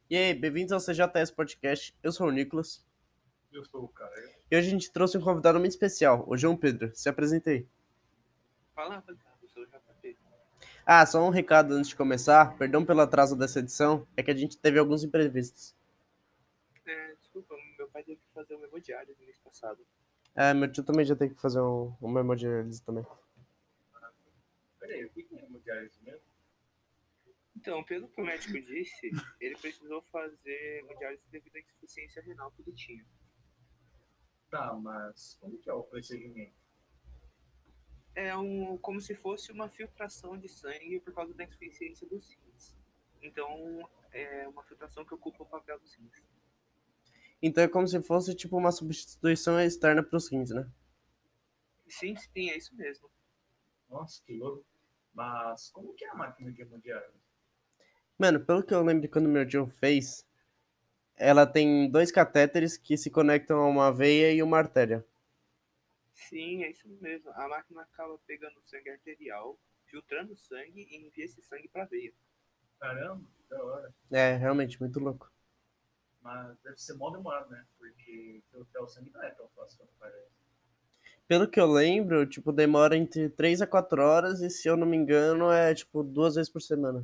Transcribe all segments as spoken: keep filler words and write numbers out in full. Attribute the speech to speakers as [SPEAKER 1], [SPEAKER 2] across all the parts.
[SPEAKER 1] E aí, bem-vindos ao C J S Podcast. Eu sou o Nicolas.
[SPEAKER 2] Eu sou o Caio.
[SPEAKER 1] E hoje a gente trouxe um convidado muito especial, o João Pedro. Se apresentei.
[SPEAKER 2] Fala, rapaziada, eu sou o J P.
[SPEAKER 1] Ah, só um recado antes de começar. Perdão pelo atraso dessa edição. É que a gente teve alguns imprevistos.
[SPEAKER 2] É, desculpa, meu pai teve que fazer um hemodiálise no mês passado.
[SPEAKER 1] É, meu tio também já tem que fazer um, uma hemodiálise também.
[SPEAKER 2] Peraí, o que que é hemodiálise mesmo? Então, pelo que o médico disse, ele precisou fazer hemodiálise devido à insuficiência renal que ele tinha. Tá, mas como que é o procedimento? É um, como se fosse uma filtração de sangue por causa da insuficiência dos rins. Então, é uma filtração que ocupa o papel dos rins.
[SPEAKER 1] Então é como se fosse tipo uma substituição externa para os rins, né?
[SPEAKER 2] Sim, sim, é isso mesmo. Nossa, que louco. Mas como que é a máquina de hemodiálise?
[SPEAKER 1] Mano, pelo que eu lembro quando meu tio fez, ela tem dois catéteres que se conectam a uma veia e uma artéria.
[SPEAKER 2] Sim, é isso mesmo. A máquina acaba pegando o sangue arterial, filtrando o sangue e envia esse sangue para a veia. Caramba, da hora.
[SPEAKER 1] É, realmente, muito louco.
[SPEAKER 2] Mas deve ser mó demorado, né? Porque filtrar o sangue não é tão fácil quanto parece.
[SPEAKER 1] Pelo que eu lembro, tipo, demora entre três a quatro horas e, se eu não me engano, é, tipo, duas vezes por semana.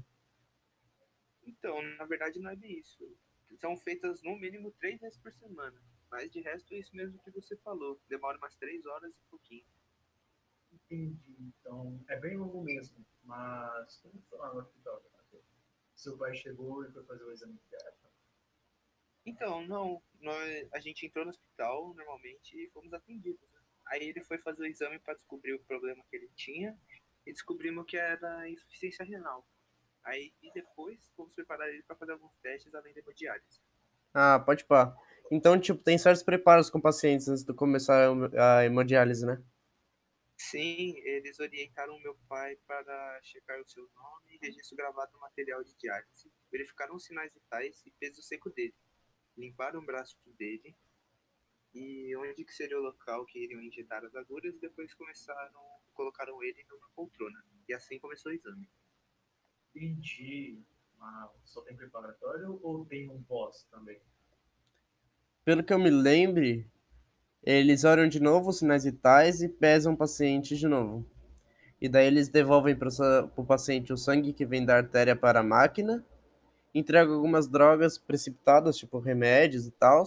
[SPEAKER 2] Então, na verdade, não é bem isso. São feitas no mínimo três vezes por semana. Mas de resto é isso mesmo que você falou. Demora umas três horas e pouquinho. Entendi. Então, é bem longo mesmo. Mas como foi lá no hospital? Seu pai chegou e foi fazer o exame de gata? Então, não. Nós, a gente entrou no hospital normalmente e fomos atendidos. Né? Aí ele foi fazer o exame para descobrir o problema que ele tinha e descobrimos que era insuficiência renal. Aí e depois fomos preparar ele para fazer alguns testes além da hemodiálise.
[SPEAKER 1] Ah, pode pá. Então, tipo, tem certos preparos com pacientes antes de começar a a hemodiálise, né?
[SPEAKER 2] Sim, eles orientaram meu pai para checar o seu nome, registro gravado no material de diálise, verificaram os sinais vitais e peso seco dele, limparam o braço dele e onde que seria o local que iriam injetar as agulhas, e depois começaram, colocaram ele numa poltrona. E assim começou o exame. Entendi. Ah, só tem preparatório ou tem um pós também?
[SPEAKER 1] Pelo que eu me lembre, eles olham de novo os sinais vitais e pesam o paciente de novo. E daí eles devolvem para o paciente o sangue que vem da artéria para a máquina, entregam algumas drogas precipitadas, tipo remédios e tal,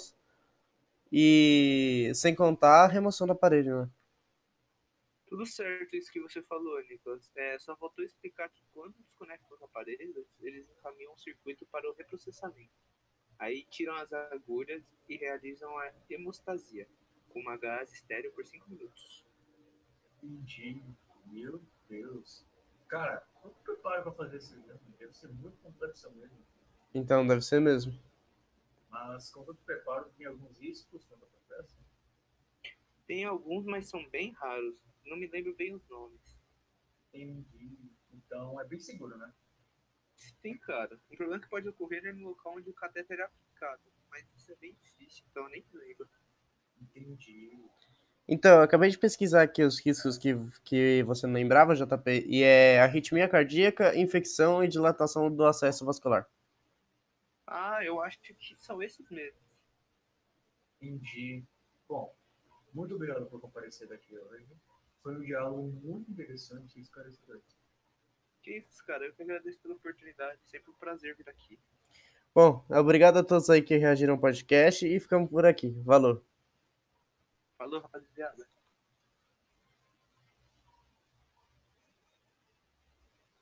[SPEAKER 1] e sem contar a remoção do aparelho, né?
[SPEAKER 2] Tudo certo isso que você falou, Nicolas. É, só faltou explicar que quando desconectam os aparelhos, eles encaminham um circuito para o reprocessamento. Aí tiram as agulhas e realizam a hemostasia, com uma gás estéreo por cinco minutos. Entendi. Meu Deus. Cara, como prepara para fazer esse exame? Deve ser muito complexo mesmo.
[SPEAKER 1] Então deve ser mesmo.
[SPEAKER 2] Mas com todo preparo tem alguns riscos quando acontece? Tem alguns, mas são bem raros. Não me lembro bem os nomes. Entendi. Então é bem seguro, né? Sim, cara. O problema que pode ocorrer é no local onde o catéter é aplicado. Mas isso é bem difícil, então eu nem me lembro. Entendi.
[SPEAKER 1] Então, eu acabei de pesquisar aqui os riscos que, que você não lembrava, J P, e é arritmia cardíaca, infecção e dilatação do acesso vascular.
[SPEAKER 2] Ah, eu acho que são esses mesmos. Entendi. Bom, muito obrigado por comparecer daqui hoje. Foi um diálogo muito interessante e esclarecedor. Que isso, cara. Eu que agradeço pela oportunidade. Sempre um prazer vir aqui.
[SPEAKER 1] Bom, obrigado a todos aí que reagiram ao podcast e ficamos por aqui. Valeu!
[SPEAKER 2] Falou, rapaziada.